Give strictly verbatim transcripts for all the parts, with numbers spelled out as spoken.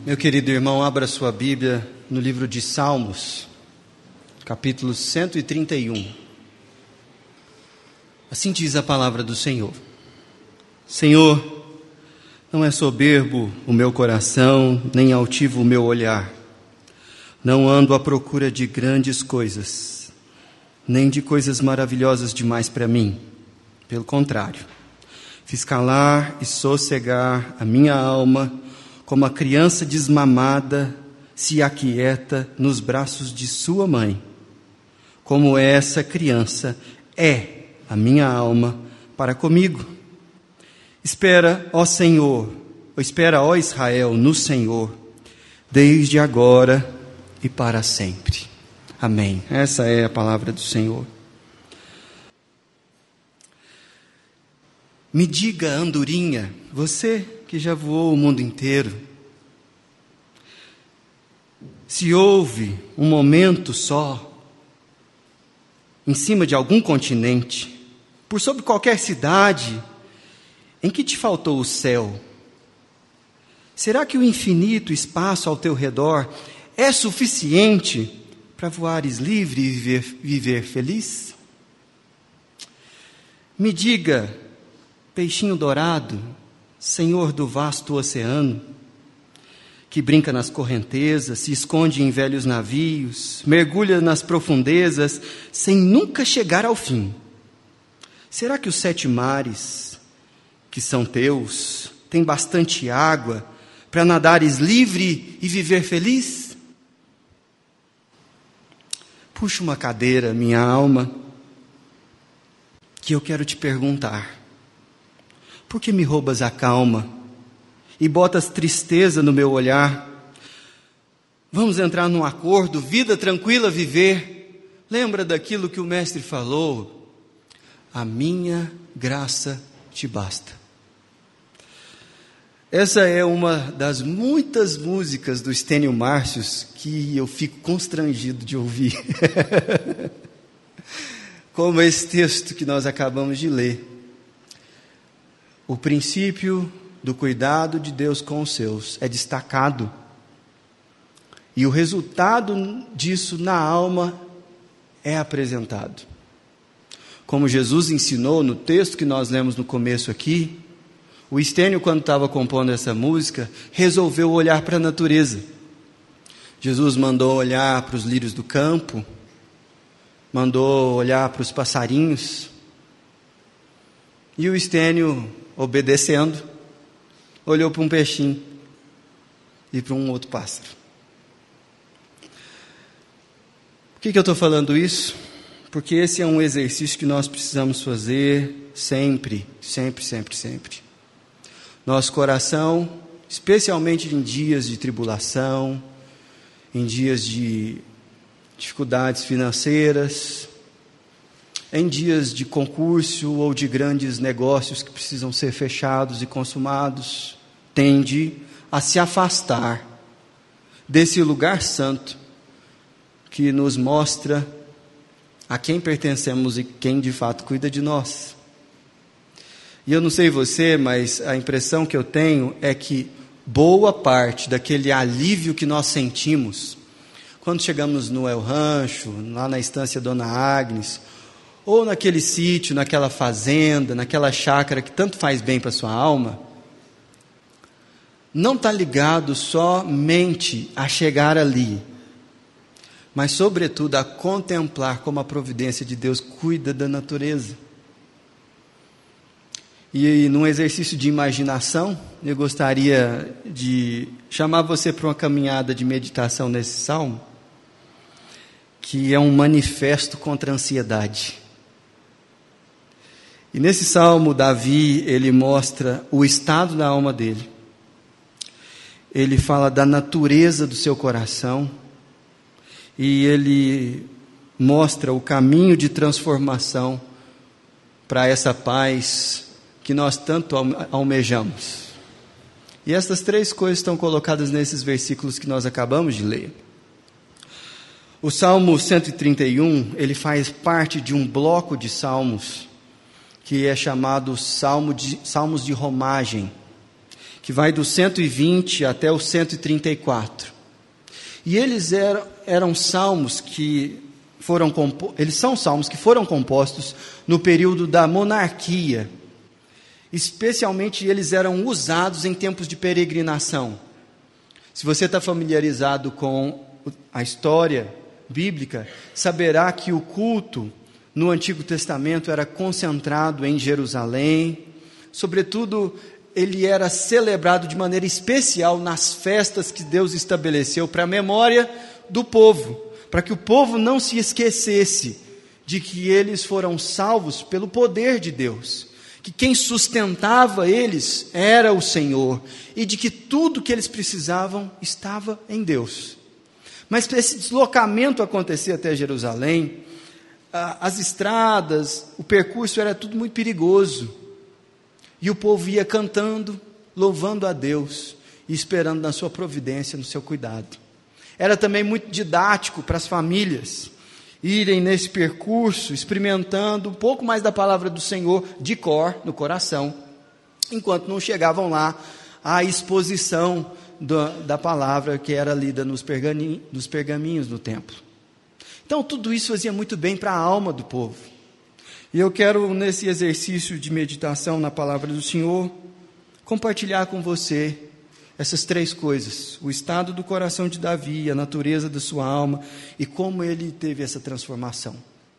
Meu querido irmão, abra sua Bíblia no livro de Salmos, capítulo cento e trinta e um. Assim diz a palavra do Senhor. Senhor, não é soberbo o meu coração, nem altivo o meu olhar. Não ando à procura de grandes coisas, nem de coisas maravilhosas demais para mim. Pelo contrário, fiz calar e sossegar a minha alma, como a criança desmamada se aquieta nos braços de sua mãe. Como essa criança é a minha alma para comigo. Espera, ó Senhor, espera, ó Israel, no Senhor, desde agora e para sempre. Amém. Essa é a palavra do Senhor. Me diga, andorinha, você que já voou o mundo inteiro, se houve um momento só, em cima de algum continente, por sobre qualquer cidade, em que te faltou o céu, será que o infinito espaço ao teu redor é suficiente para voares livre e viver, viver feliz? Me diga, peixinho dourado, Senhor do vasto oceano, que brinca nas correntezas, se esconde em velhos navios, mergulha nas profundezas, sem nunca chegar ao fim. Será que os sete mares, que são teus, têm bastante água para nadares livre e viver feliz? Puxa uma cadeira, minha alma, que eu quero te perguntar. Por que me roubas a calma e botas tristeza no meu olhar? Vamos entrar num acordo, vida tranquila viver. Lembra daquilo que o mestre falou? A minha graça te basta. Essa é uma das muitas músicas do Estênio Márcios que eu fico constrangido de ouvir. Como esse texto que nós acabamos de ler. O princípio do cuidado de Deus com os seus é destacado. E o resultado disso na alma é apresentado. Como Jesus ensinou no texto que nós lemos no começo aqui, o Estênio, quando estava compondo essa música, resolveu olhar para a natureza. Jesus mandou olhar para os lírios do campo, mandou olhar para os passarinhos, e o Estênio, obedecendo, olhou para um peixinho e para um outro pássaro. Por que, que eu estou falando isso? Porque esse é um exercício que nós precisamos fazer sempre, sempre, sempre, sempre. Nosso coração, especialmente em dias de tribulação, em dias de dificuldades financeiras, em dias de concurso ou de grandes negócios que precisam ser fechados e consumados, tende a se afastar desse lugar santo que nos mostra a quem pertencemos e quem de fato cuida de nós. E eu não sei você, mas a impressão que eu tenho é que boa parte daquele alívio que nós sentimos quando chegamos no El Rancho, lá na estância Dona Agnes, ou naquele sítio, naquela fazenda, naquela chácara que tanto faz bem para a sua alma, não está ligado somente a chegar ali, mas sobretudo a contemplar como a providência de Deus cuida da natureza. E num exercício de imaginação, eu gostaria de chamar você para uma caminhada de meditação nesse salmo, que é um manifesto contra a ansiedade. E nesse salmo, Davi, ele mostra o estado da alma dele. Ele fala da natureza do seu coração. E ele mostra o caminho de transformação para essa paz que nós tanto almejamos. E essas três coisas estão colocadas nesses versículos que nós acabamos de ler. O Salmo cento e trinta e um, ele faz parte de um bloco de salmos que é chamado Salmo de, Salmos de Romagem, que vai do cento e vinte até o cento e trinta e quatro. E eles eram, eram salmos que foram compo- eles são salmos que foram compostos no período da monarquia. Especialmente eles eram usados em tempos de peregrinação. Se você está familiarizado com a história bíblica, saberá que o culto no Antigo Testamento era concentrado em Jerusalém. Sobretudo, ele era celebrado de maneira especial nas festas que Deus estabeleceu para a memória do povo, para que o povo não se esquecesse de que eles foram salvos pelo poder de Deus, que quem sustentava eles era o Senhor, e de que tudo que eles precisavam estava em Deus. Mas para esse deslocamento acontecer até Jerusalém, as estradas, o percurso era tudo muito perigoso, e o povo ia cantando, louvando a Deus, e esperando na sua providência, no seu cuidado. Era também muito didático para as famílias irem nesse percurso, experimentando um pouco mais da palavra do Senhor de cor, no coração, enquanto não chegavam lá à exposição da, da palavra que era lida nos, pergani, nos pergaminhos no templo. Então tudo isso fazia muito bem para a alma do povo. E eu quero, nesse exercício de meditação na palavra do Senhor, compartilhar com você essas três coisas: o estado do coração de Davi, a natureza da sua alma e como ele teve essa transformação.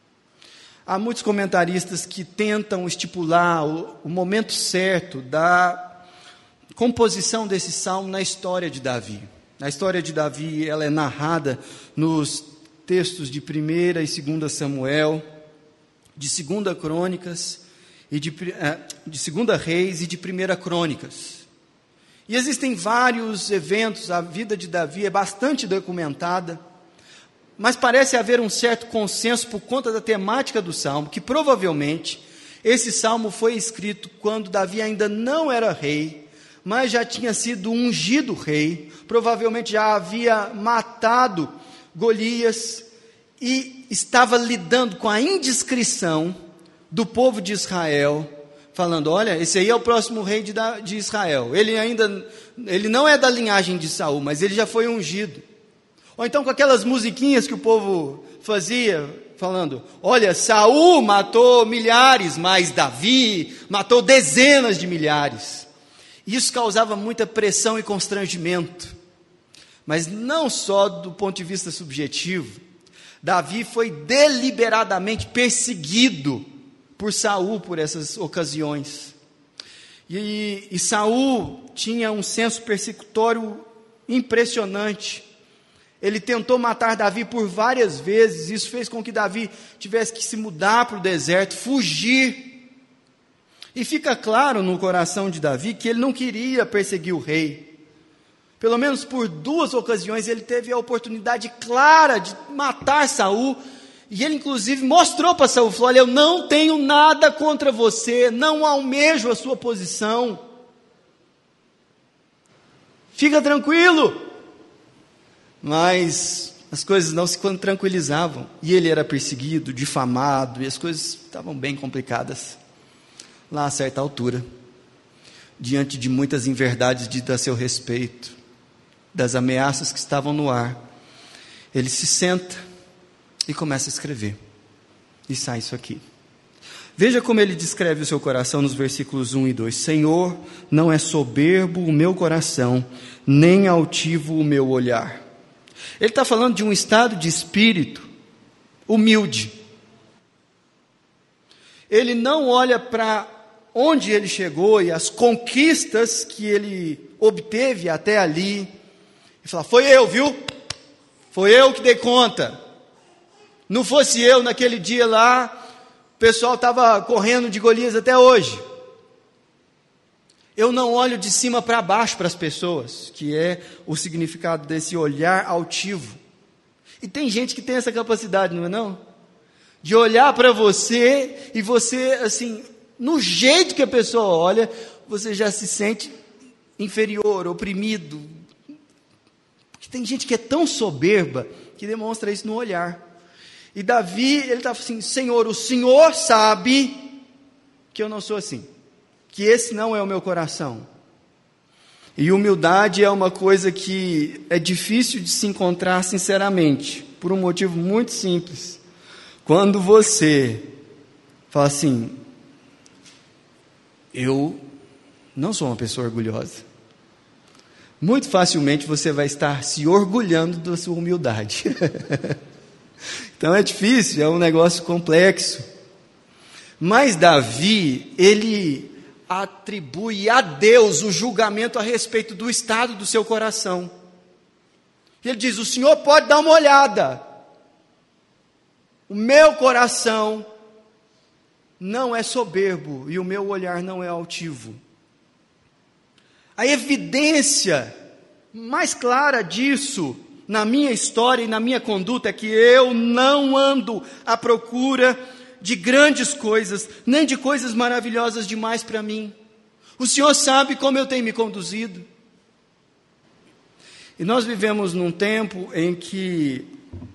Há muitos comentaristas que tentam estipular o, o momento certo da composição desse salmo na história de Davi. A história de Davi, ela é narrada nos textos de primeira e segunda Samuel, de segunda Crônicas, e de, de segunda Reis e de primeira Crônicas. E existem vários eventos, a vida de Davi é bastante documentada, mas parece haver um certo consenso por conta da temática do salmo, que provavelmente esse salmo foi escrito quando Davi ainda não era rei, mas já tinha sido ungido rei, provavelmente já havia matado Golias e estava lidando com a indiscrição do povo de Israel, falando: olha, esse aí é o próximo rei de, de Israel, ele ainda, ele não é da linhagem de Saul, mas ele já foi ungido. Ou então com aquelas musiquinhas que o povo fazia, falando: olha, Saul matou milhares, mas Davi matou dezenas de milhares. Isso causava muita pressão e constrangimento, mas não só do ponto de vista subjetivo. Davi foi deliberadamente perseguido por Saul por essas ocasiões. E, e Saul tinha um senso persecutório impressionante. Ele tentou matar Davi por várias vezes. Isso fez com que Davi tivesse que se mudar para o deserto, fugir. E fica claro no coração de Davi que ele não queria perseguir o rei. Pelo menos por duas ocasiões ele teve a oportunidade clara de matar Saul. E ele inclusive mostrou para Saul, falou: olha, eu não tenho nada contra você, não almejo a sua posição. Fica tranquilo. Mas as coisas não se tranquilizavam. E ele era perseguido, difamado, e as coisas estavam bem complicadas. Lá a certa altura, diante de muitas inverdades ditas a seu respeito, das ameaças que estavam no ar, ele se senta e começa a escrever. E sai isso aqui. Veja como ele descreve o seu coração nos versículos um e dois. Senhor, não é soberbo o meu coração, nem altivo o meu olhar. Ele está falando de um estado de espírito humilde. Ele não olha para onde ele chegou e as conquistas que ele obteve até ali, e fala: foi eu, viu? Foi eu que dei conta. Não fosse eu naquele dia lá, o pessoal estava correndo de Golias até hoje. Eu não olho de cima para baixo para as pessoas, que é o significado desse olhar altivo. E tem gente que tem essa capacidade, não é não? De olhar para você e você, assim, no jeito que a pessoa olha, você já se sente inferior, oprimido. Porque tem gente que é tão soberba que demonstra isso no olhar. E Davi, ele está assim: Senhor, o Senhor sabe que eu não sou assim, que esse não é o meu coração. E humildade é uma coisa que é difícil de se encontrar sinceramente, por um motivo muito simples. Quando você fala assim, eu não sou uma pessoa orgulhosa, muito facilmente você vai estar se orgulhando da sua humildade. Então é difícil, é um negócio complexo. Mas Davi, ele atribui a Deus o julgamento a respeito do estado do seu coração. Ele diz, o Senhor pode dar uma olhada. O meu coração não é soberbo e o meu olhar não é altivo. A evidência mais clara disso, na minha história e na minha conduta, é que eu não ando à procura de grandes coisas, nem de coisas maravilhosas demais para mim. O Senhor sabe como eu tenho me conduzido. E nós vivemos num tempo em que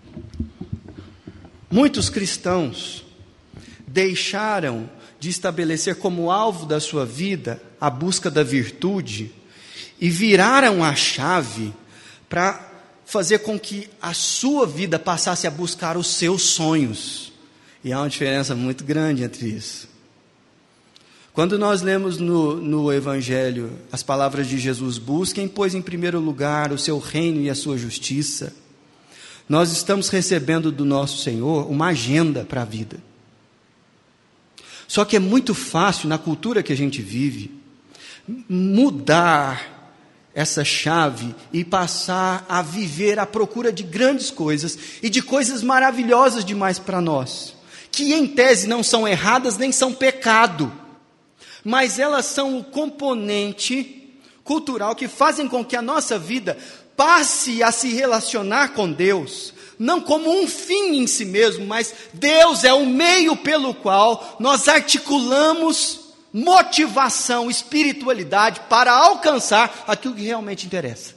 muitos cristãos deixaram de estabelecer como alvo da sua vida a busca da virtude e viraram a chave para fazer com que a sua vida passasse a buscar os seus sonhos. E há uma diferença muito grande entre isso. Quando nós lemos no, no Evangelho as palavras de Jesus, busquem, pois, em primeiro lugar o seu reino e a sua justiça, nós estamos recebendo do nosso Senhor uma agenda para a vida. Só que é muito fácil, na cultura que a gente vive, mudar essa chave e passar a viver à procura de grandes coisas e de coisas maravilhosas demais para nós, que em tese não são erradas nem são pecado, mas elas são o componente cultural que fazem com que a nossa vida passe a se relacionar com Deus, não como um fim em si mesmo, mas Deus é o meio pelo qual nós articulamos motivação, espiritualidade para alcançar aquilo que realmente interessa.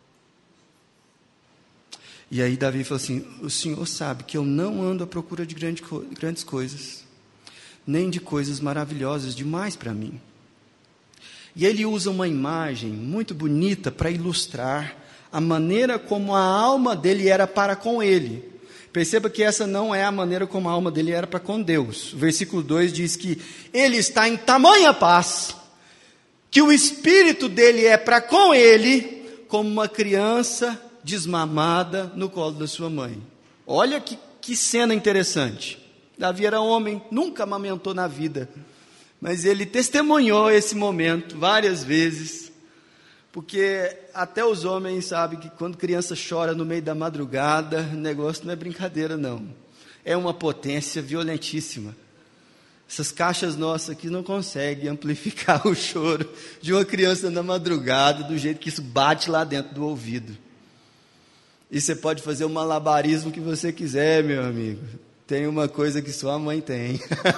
E aí Davi falou assim, o Senhor sabe que eu não ando à procura de grande, grandes coisas, nem de coisas maravilhosas demais para mim. E ele usa uma imagem muito bonita para ilustrar a maneira como a alma dele era para com ele. Perceba que essa não é a maneira como a alma dele era para com Deus. O versículo dois diz que ele está em tamanha paz, que o espírito dele é para com ele, como uma criança desmamada no colo da sua mãe. Olha que, que cena interessante. Davi era homem, nunca amamentou na vida, mas ele testemunhou esse momento várias vezes, porque até os homens sabem que quando criança chora no meio da madrugada, o negócio não é brincadeira não, é uma potência violentíssima. Essas caixas nossas aqui não conseguem amplificar o choro de uma criança na madrugada, do jeito que isso bate lá dentro do ouvido. E você pode fazer o malabarismo que você quiser, meu amigo, tem uma coisa que sua mãe tem.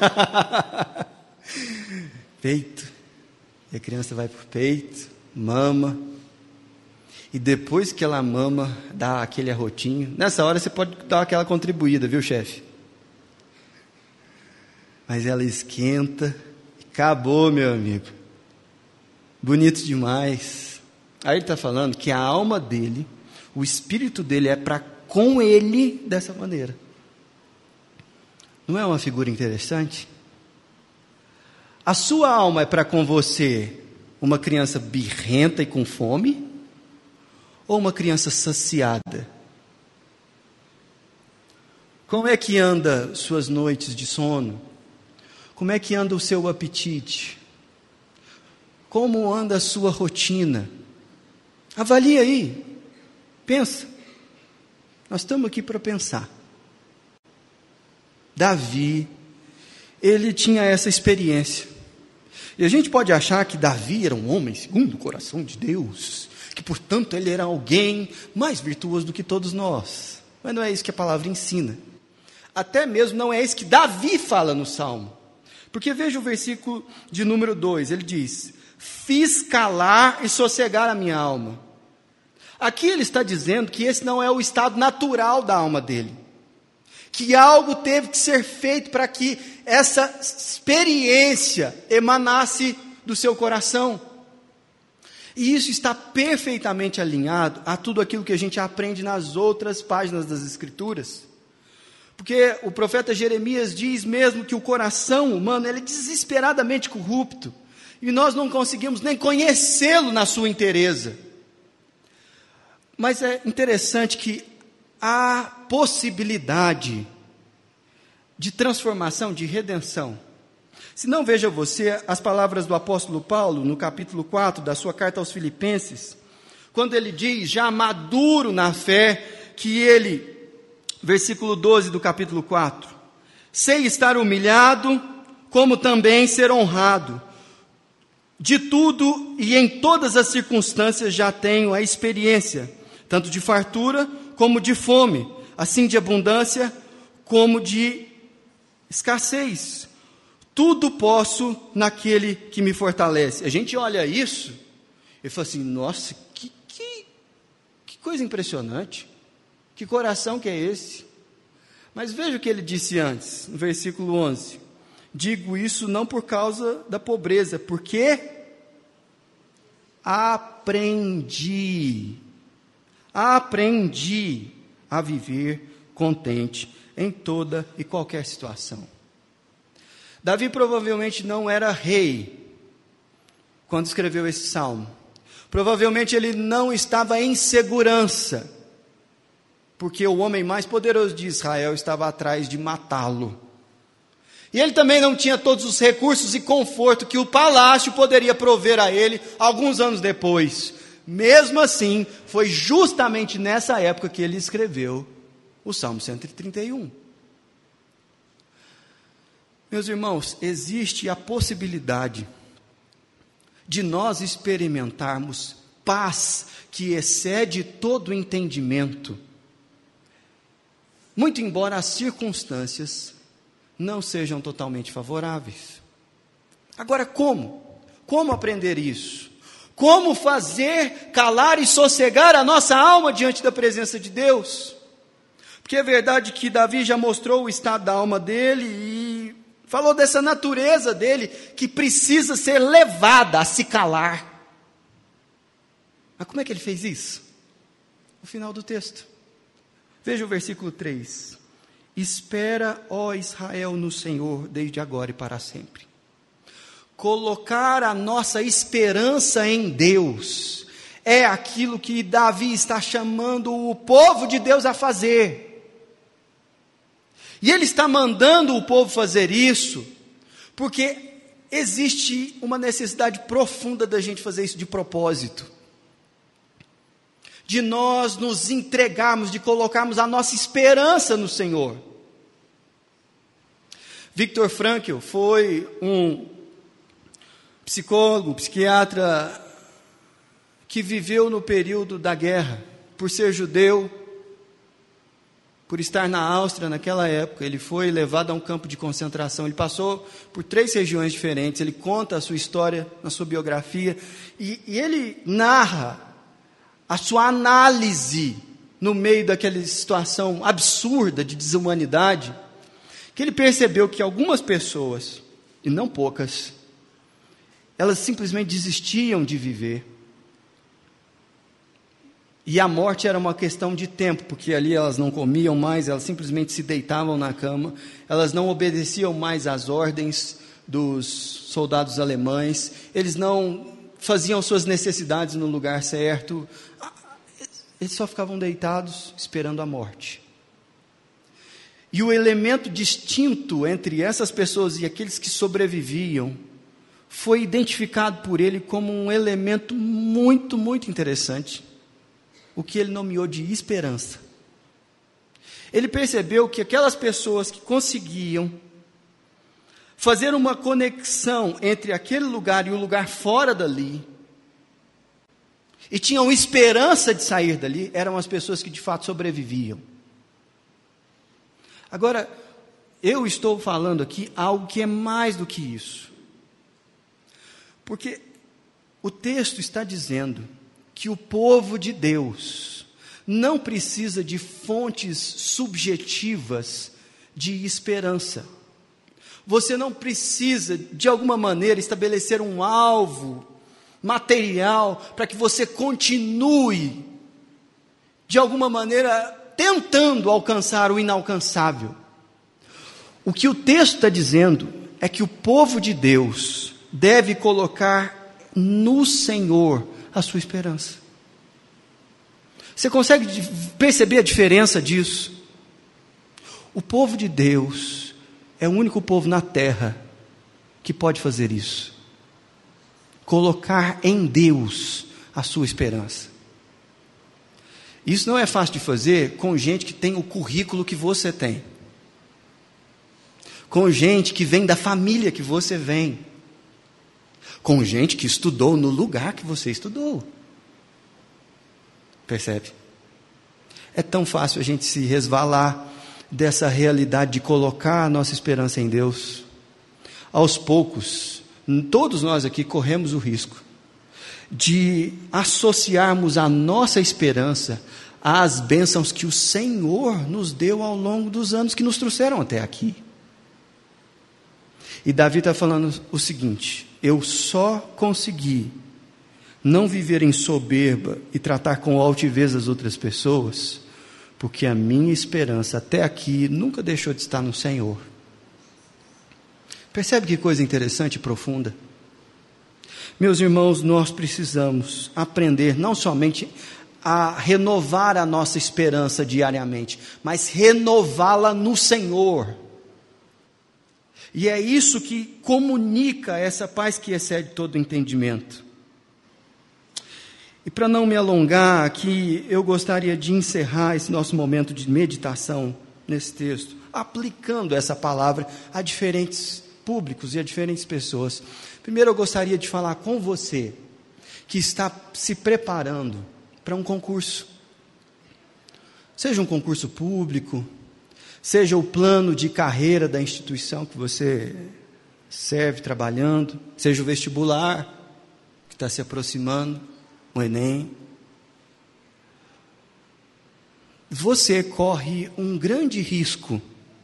Peito, e a criança vai para o peito, mama, e depois que ela mama, dá aquele arrotinho. Nessa hora você pode dar aquela contribuída, viu, chefe? Mas ela esquenta, e acabou, meu amigo. Bonito demais. Aí ele está falando que a alma dele, o espírito dele é para com ele dessa maneira. Não é uma figura interessante? A sua alma é para com você uma criança birrenta e com fome? Ou uma criança saciada? Como é que anda suas noites de sono? Como é que anda o seu apetite? Como anda a sua rotina? Avalie aí. Pensa. Nós estamos aqui para pensar. Davi, ele tinha essa experiência. E a gente pode achar que Davi era um homem segundo o coração de Deus, que portanto ele era alguém mais virtuoso do que todos nós. Mas não é isso que a palavra ensina. Até mesmo não é isso que Davi fala no Salmo. Porque veja o versículo de número dois, ele diz, fiz calar e sossegar a minha alma. Aqui ele está dizendo que esse não é o estado natural da alma dele. Que algo teve que ser feito para que essa experiência emanasse do seu coração. E isso está perfeitamente alinhado a tudo aquilo que a gente aprende nas outras páginas das Escrituras. Porque o profeta Jeremias diz mesmo que o coração humano ele é desesperadamente corrupto. E nós não conseguimos nem conhecê-lo na sua inteireza. Mas é interessante que há possibilidade de transformação, de redenção. Se não, veja você as palavras do apóstolo Paulo, no capítulo quatro da sua carta aos Filipenses, quando ele diz, já maduro na fé, que ele, versículo doze do capítulo quatro, sei estar humilhado, como também ser honrado. De tudo e em todas as circunstâncias já tenho a experiência, tanto de fartura como de fome, assim de abundância como de escassez. Tudo posso naquele que me fortalece. A gente olha isso e fala assim, nossa, que, que, que coisa impressionante. Que coração que é esse? Mas veja o que ele disse antes, no versículo onze. Digo isso não por causa da pobreza, porque aprendi, aprendi a viver contente em toda e qualquer situação. Davi provavelmente não era rei quando escreveu esse salmo. Provavelmente ele não estava em segurança, porque o homem mais poderoso de Israel estava atrás de matá-lo. E ele também não tinha todos os recursos e conforto que o palácio poderia prover a ele alguns anos depois. Mesmo assim, foi justamente nessa época que ele escreveu o Salmo cento e trinta e um. Meus irmãos, existe a possibilidade de nós experimentarmos paz que excede todo o entendimento, muito embora as circunstâncias não sejam totalmente favoráveis. Agora, como? Como aprender isso? Como fazer calar e sossegar a nossa alma diante da presença de Deus? Porque é verdade que Davi já mostrou o estado da alma dele e falou dessa natureza dele que precisa ser levada a se calar. Mas como é que ele fez isso? No final do texto. Veja o versículo três. Espera, ó Israel, no Senhor, desde agora e para sempre. Colocar a nossa esperança em Deus é aquilo que Davi está chamando o povo de Deus a fazer. E ele está mandando o povo fazer isso, porque existe uma necessidade profunda da gente fazer isso de propósito. De nós nos entregarmos, de colocarmos a nossa esperança no Senhor. Viktor Frankl foi um psicólogo, psiquiatra, que viveu no período da guerra, por ser judeu, por estar na Áustria naquela época. Ele foi levado a um campo de concentração, ele passou por três regiões diferentes, ele conta a sua história na sua biografia, e, e ele narra a sua análise no meio daquela situação absurda de desumanidade, que ele percebeu que algumas pessoas, e não poucas, elas simplesmente desistiam de viver. E a morte era uma questão de tempo, porque ali elas não comiam mais, elas simplesmente se deitavam na cama, elas não obedeciam mais às ordens dos soldados alemães, eles não faziam suas necessidades no lugar certo, eles só ficavam deitados esperando a morte. E o elemento distinto entre essas pessoas e aqueles que sobreviviam foi identificado por ele como um elemento muito, muito interessante, o que ele nomeou de esperança. Ele percebeu que aquelas pessoas que conseguiam fazer uma conexão entre aquele lugar e o lugar fora dali, e tinham esperança de sair dali, eram as pessoas que de fato sobreviviam. Agora, eu estou falando aqui algo que é mais do que isso. Porque o texto está dizendo que o povo de Deus não precisa de fontes subjetivas de esperança. Você não precisa, de alguma maneira, estabelecer um alvo material, para que você continue, de alguma maneira, tentando alcançar o inalcançável. O que o texto está dizendo é que o povo de Deus deve colocar no Senhor a sua esperança. Você consegue perceber a diferença disso? O povo de Deus é o único povo na terra que pode fazer isso. Colocar em Deus a sua esperança. Isso não é fácil de fazer com gente que tem o currículo que você tem. Com gente que vem da família que você vem. Com gente que estudou no lugar que você estudou. Percebe? É tão fácil a gente se resvalar dessa realidade de colocar a nossa esperança em Deus. Aos poucos, todos nós aqui corremos o risco de associarmos a nossa esperança às bênçãos que o Senhor nos deu ao longo dos anos que nos trouxeram até aqui. E Davi está falando o seguinte: eu só consegui não viver em soberba e tratar com altivez as outras pessoas, porque a minha esperança até aqui nunca deixou de estar no Senhor. Percebe que coisa interessante e profunda? Meus irmãos, nós precisamos aprender não somente a renovar a nossa esperança diariamente, mas renová-la no Senhor. E é isso que comunica essa paz que excede todo entendimento. E para não me alongar aqui, eu gostaria de encerrar esse nosso momento de meditação nesse texto, aplicando essa palavra a diferentes públicos e a diferentes pessoas. Primeiro eu gostaria de falar com você, que está se preparando para um concurso. Seja um concurso público, seja o plano de carreira da instituição que você serve trabalhando, seja o vestibular que está se aproximando, o Enem. Você corre um grande risco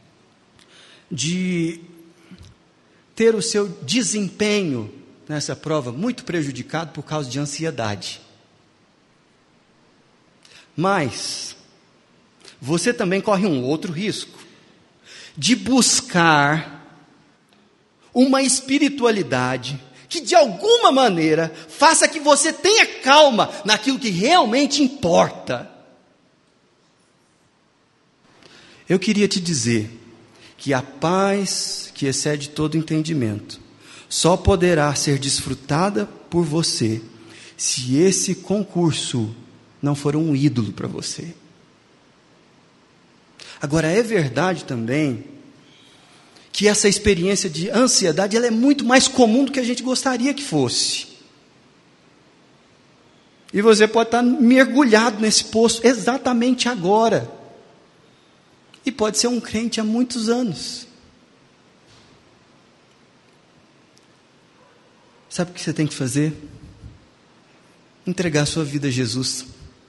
de ter o seu desempenho nessa prova muito prejudicado por causa de ansiedade. Mas você também corre um outro risco, de buscar uma espiritualidade que de alguma maneira faça que você tenha calma naquilo que realmente importa. Eu queria te dizer que a paz que excede todo entendimento só poderá ser desfrutada por você se esse concurso não for um ídolo para você. Agora, é verdade também que essa experiência de ansiedade ela é muito mais comum do que a gente gostaria que fosse. E você pode estar mergulhado nesse poço exatamente agora. E pode ser um crente há muitos anos. Sabe o que você tem que fazer? Entregar sua vida a Jesus.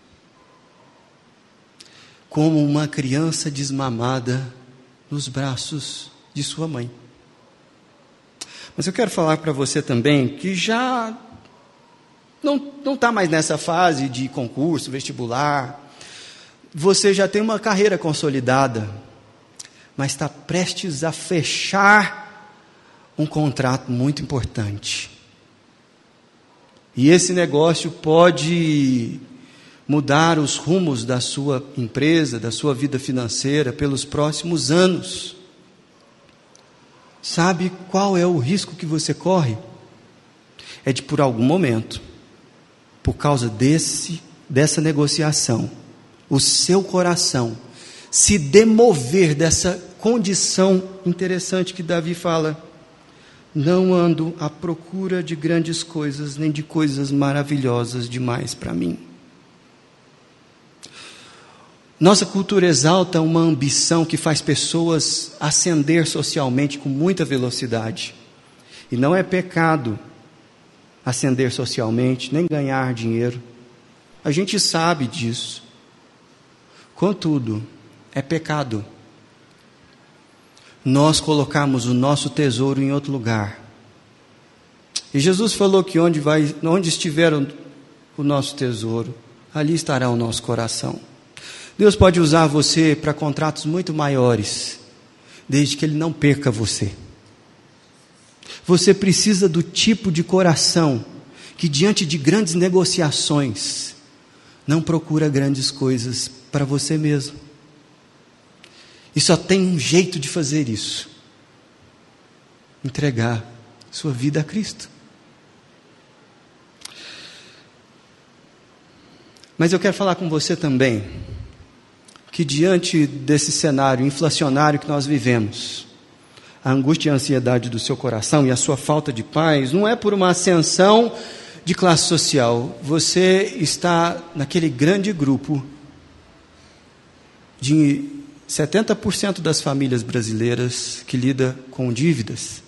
Como uma criança desmamada nos braços de sua mãe. Mas eu quero falar para você também que já não não está mais nessa fase de concurso, vestibular. Você já tem uma carreira consolidada, mas está prestes a fechar um contrato muito importante. E esse negócio pode mudar os rumos da sua empresa, da sua vida financeira pelos próximos anos. Sabe qual é o risco que você corre? É de, por algum momento, por causa desse, dessa negociação, o seu coração se demover dessa condição interessante que Davi fala: não ando à procura de grandes coisas, nem de coisas maravilhosas demais para mim. Nossa cultura exalta uma ambição que faz pessoas ascender socialmente com muita velocidade. E não é pecado ascender socialmente, nem ganhar dinheiro. A gente sabe disso. Contudo, é pecado nós colocarmos o nosso tesouro em outro lugar E Jesus falou que onde, vai, onde estiver o, o nosso tesouro, ali estará o nosso coração. Deus pode usar você para contratos muito maiores, desde que Ele não perca você. Você precisa do tipo de coração que, diante de grandes negociações, não procura grandes coisas para você mesmo. E só tem um jeito de fazer isso: entregar sua vida a Cristo. Mas eu quero falar com você também que, diante desse cenário inflacionário que nós vivemos, a angústia e a ansiedade do seu coração e a sua falta de paz não é por uma ascensão de classe social. Você está naquele grande grupo de setenta por cento das famílias brasileiras que lida com dívidas.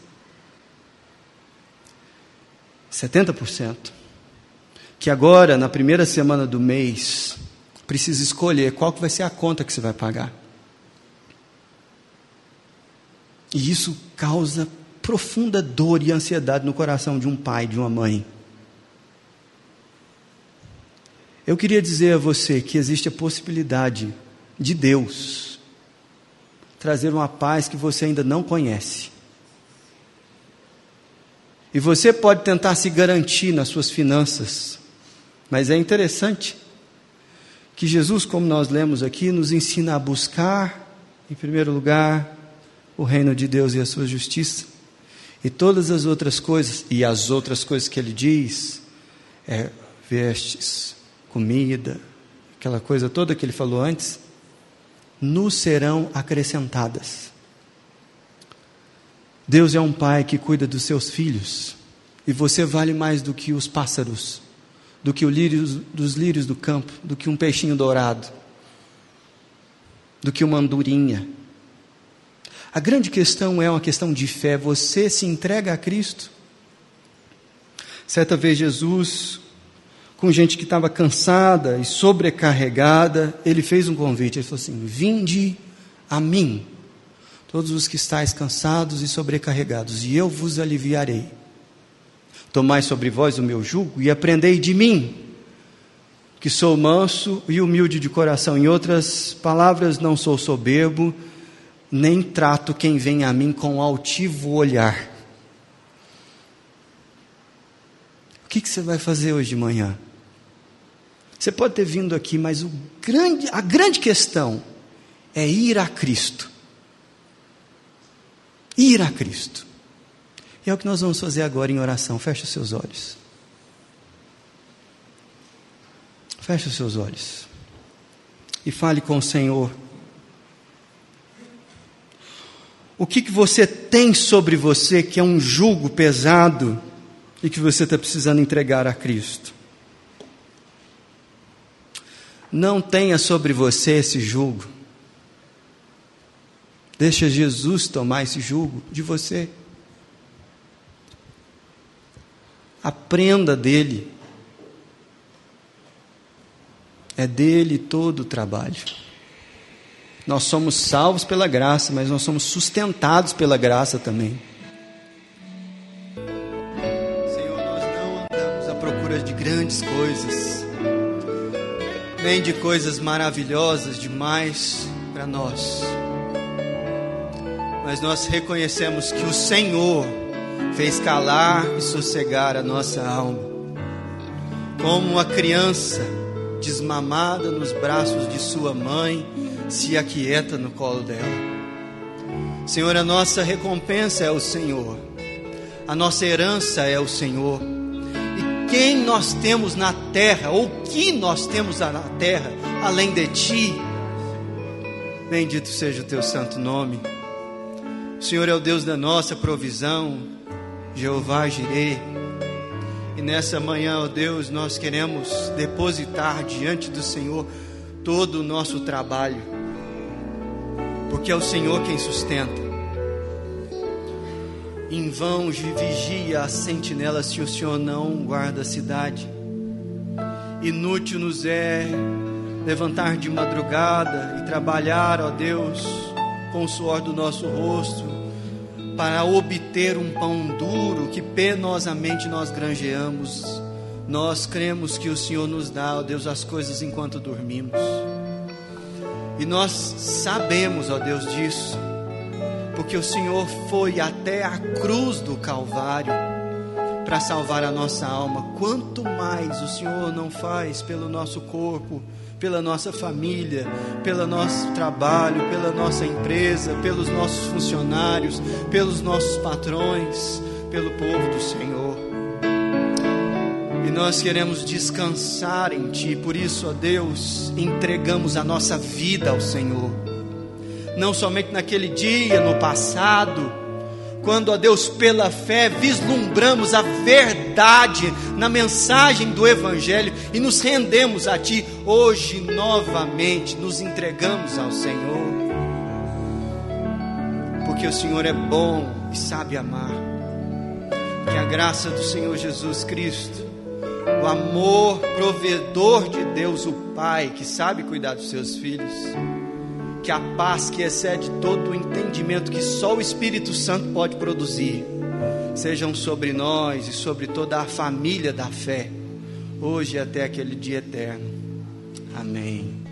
setenta por cento. Que agora, na primeira semana do mês, precisa escolher qual que vai ser a conta que você vai pagar. E isso causa profunda dor e ansiedade no coração de um pai, de uma mãe. Eu queria dizer a você que existe a possibilidade de Deus trazer uma paz que você ainda não conhece. E você pode tentar se garantir nas suas finanças, mas é interessante que Jesus, como nós lemos aqui, nos ensina a buscar, em primeiro lugar, o reino de Deus e a sua justiça, e todas as outras coisas, e as outras coisas que Ele diz, é vestes, comida, aquela coisa toda que Ele falou antes, nos serão acrescentadas. Deus é um pai que cuida dos seus filhos, e você vale mais do que os pássaros, do que o lírio, dos lírios do campo, do que um peixinho dourado, do que uma andorinha. A grande questão é uma questão de fé. Você se entrega a Cristo? Certa vez Jesus, com gente que estava cansada e sobrecarregada, Ele fez um convite. Ele falou assim: vinde a mim, todos os que estáis cansados e sobrecarregados, e eu vos aliviarei. Tomai sobre vós o meu jugo e aprendei de mim, que sou manso e humilde de coração. Em outras palavras, não sou soberbo, nem trato quem vem a mim com altivo olhar. O que, que você vai fazer hoje de manhã? Você pode ter vindo aqui, mas o grande, a grande questão é ir a Cristo. Ir a Cristo. E é o que nós vamos fazer agora em oração. Feche os seus olhos. Feche os seus olhos. E fale com o Senhor. O que, que você tem sobre você que é um jugo pesado e que você está precisando entregar a Cristo? Não tenha sobre você esse jugo. Deixa Jesus tomar esse jugo de você. Aprenda dele. É dele todo o trabalho. Nós somos salvos pela graça, mas nós somos sustentados pela graça também. Senhor, nós não andamos à procura de grandes coisas, nem de coisas maravilhosas demais para nós. Mas nós reconhecemos que o Senhor fez calar e sossegar a nossa alma, como uma criança desmamada nos braços de sua mãe se aquieta no colo dela. Senhor, a nossa recompensa é o Senhor, a nossa herança é o Senhor, e quem nós temos na terra, ou que nós temos na terra, além de Ti? Bendito seja o Teu santo nome. O Senhor é o Deus da nossa provisão, Jeová Jireh. E nessa manhã, ó Deus, nós queremos depositar diante do Senhor todo o nosso trabalho, porque é o Senhor quem sustenta. Em vão vigia a sentinela se o Senhor não guarda a cidade. Inútil nos é levantar de madrugada e trabalhar, ó Deus, com o suor do nosso rosto, para obter um pão duro que penosamente nós granjeamos. Nós cremos que o Senhor nos dá, ó Deus, as coisas enquanto dormimos. E nós sabemos, ó Deus, disso, porque o Senhor foi até a cruz do Calvário para salvar a nossa alma. Quanto mais o Senhor não faz pelo nosso corpo, pela nossa família, pelo nosso trabalho, pela nossa empresa, pelos nossos funcionários, pelos nossos patrões, pelo povo do Senhor. E nós queremos descansar em Ti. Por isso, ó Deus, entregamos a nossa vida ao Senhor. Não somente naquele dia, no passado, quando, ó Deus, pela fé vislumbramos a verdade na mensagem do Evangelho e nos rendemos a Ti. Hoje, novamente, nos entregamos ao Senhor, porque o Senhor é bom e sabe amar. Que a graça do Senhor Jesus Cristo, o amor provedor de Deus, o Pai, que sabe cuidar dos seus filhos, que a paz que excede todo o entendimento que só o Espírito Santo pode produzir, sejam sobre nós e sobre toda a família da fé, hoje e até aquele dia eterno. Amém.